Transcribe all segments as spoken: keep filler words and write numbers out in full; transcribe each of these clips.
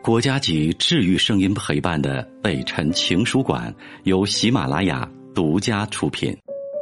国家级治愈声音陪伴的北辰情书馆由喜马拉雅独家出品。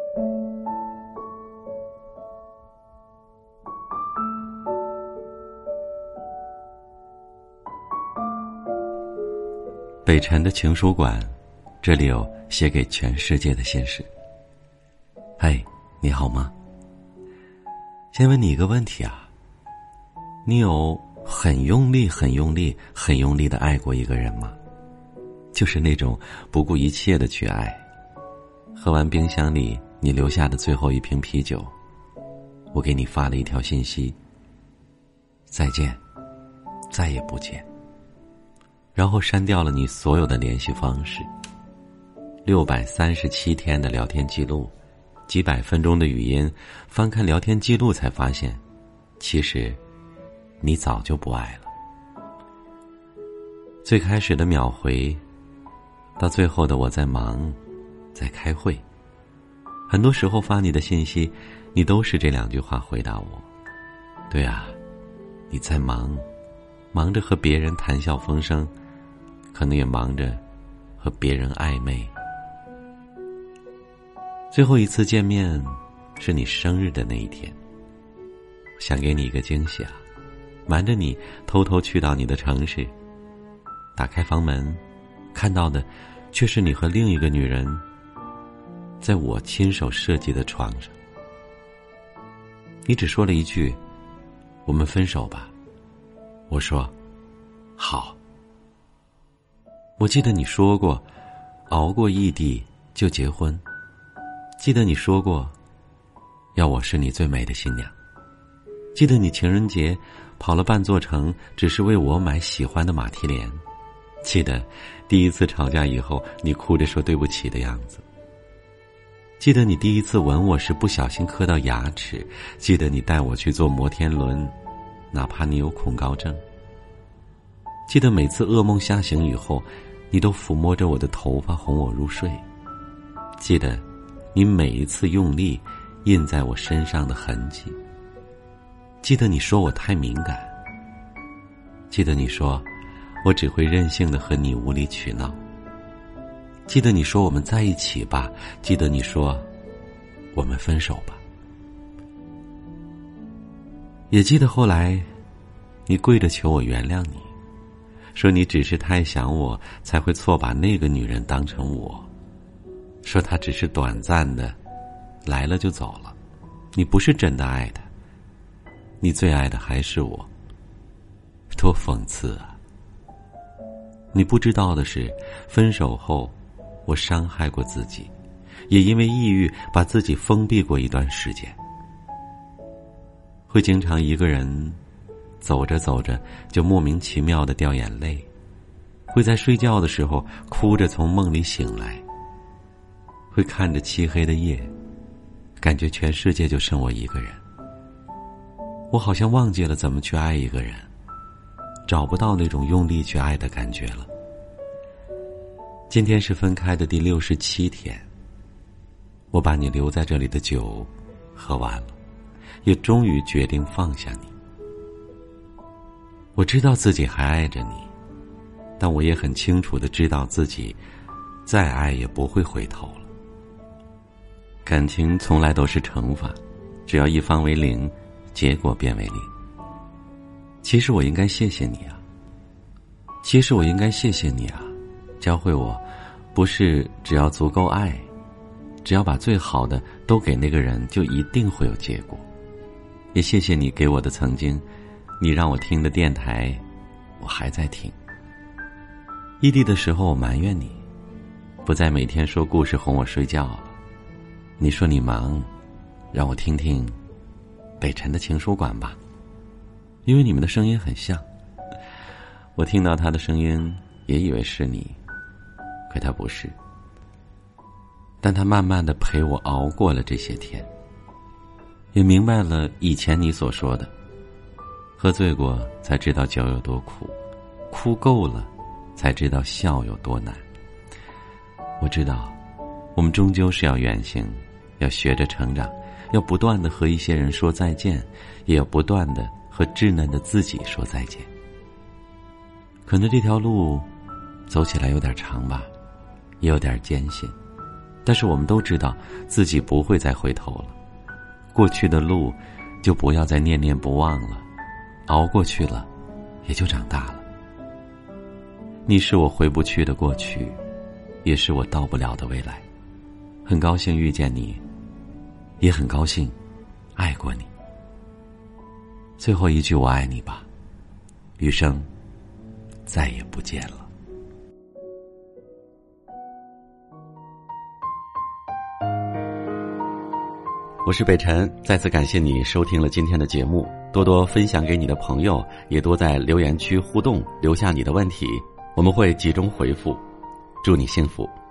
北辰的情书馆，这里有写给全世界的心事。嗨，你好吗？先问你一个问题啊，你有很用力很用力很用力的爱过一个人吗？就是那种不顾一切的去爱。喝完冰箱里你留下的最后一瓶啤酒，我给你发了一条信息，再见，再也不见，然后删掉了你所有的联系方式。六百三十七天的聊天记录，几百分钟的语音，翻看聊天记录才发现，其实你早就不爱了。最开始的秒回，到最后的我在忙，在开会。很多时候发你的信息，你都是这两句话回答我。对啊，你在忙，忙着和别人谈笑风生，可能也忙着和别人暧昧。最后一次见面是你生日的那一天，想给你一个惊喜啊，瞒着你偷偷去到你的城市，打开房门，看到的却是你和另一个女人在我亲手设计的床上。你只说了一句，我们分手吧。我说好。我记得你说过，熬过异地就结婚。记得你说过，要我是你最美的新娘。记得你情人节跑了半座城，只是为我买喜欢的马蹄莲。记得第一次吵架以后，你哭着说对不起的样子。记得你第一次吻我时不小心磕到牙齿。记得你带我去坐摩天轮，哪怕你有恐高症。记得每次噩梦吓醒以后，你都抚摸着我的头发哄我入睡。记得你每一次用力印在我身上的痕迹。记得你说我太敏感。记得你说我只会任性的和你无理取闹。记得你说我们在一起吧。记得你说我们分手吧。也记得后来你跪着求我原谅你，说你只是太想我才会错把那个女人当成我，说她只是短暂的来了就走了，你不是真的爱她，你最爱的还是我。多讽刺啊。你不知道的是，分手后我伤害过自己，也因为抑郁把自己封闭过一段时间。会经常一个人走着走着就莫名其妙地掉眼泪，会在睡觉的时候哭着从梦里醒来，会看着漆黑的夜，感觉全世界就剩我一个人。我好像忘记了怎么去爱一个人，找不到那种用力去爱的感觉了。今天是分开的第六十七天，我把你留在这里的酒喝完了，也终于决定放下你。我知道自己还爱着你，但我也很清楚地知道自己再爱也不会回头了。感情从来都是乘法，只要一方为零，结果变为零。其实我应该谢谢你啊，其实我应该谢谢你啊，教会我不是只要足够爱，只要把最好的都给那个人，就一定会有结果。也谢谢你给我的曾经，你让我听的电台我还在听。异地的时候我埋怨你，不再每天说故事哄我睡觉了。你说你忙，让我听听北辰的情书馆吧，因为你们的声音很像。我听到他的声音也以为是你，可他不是。但他慢慢地陪我熬过了这些天，也明白了以前你所说的，喝醉过才知道酒有多苦，哭够了才知道笑有多难。我知道我们终究是要远行，要学着成长，要不断地和一些人说再见，也要不断地和稚嫩的自己说再见。 可能这条路走起来有点长吧，也有点艰辛，但是我们都知道自己不会再回头了。过去的路就不要再念念不忘了，熬过去了也就长大了。你是我回不去的过去，也是我到不了的未来。很高兴遇见你，也很高兴爱过你。最后一句我爱你吧，余生再也不见了。我是北辰，再次感谢你收听了今天的节目，多多分享给你的朋友，也多在留言区互动，留下你的问题，我们会集中回复。祝你幸福。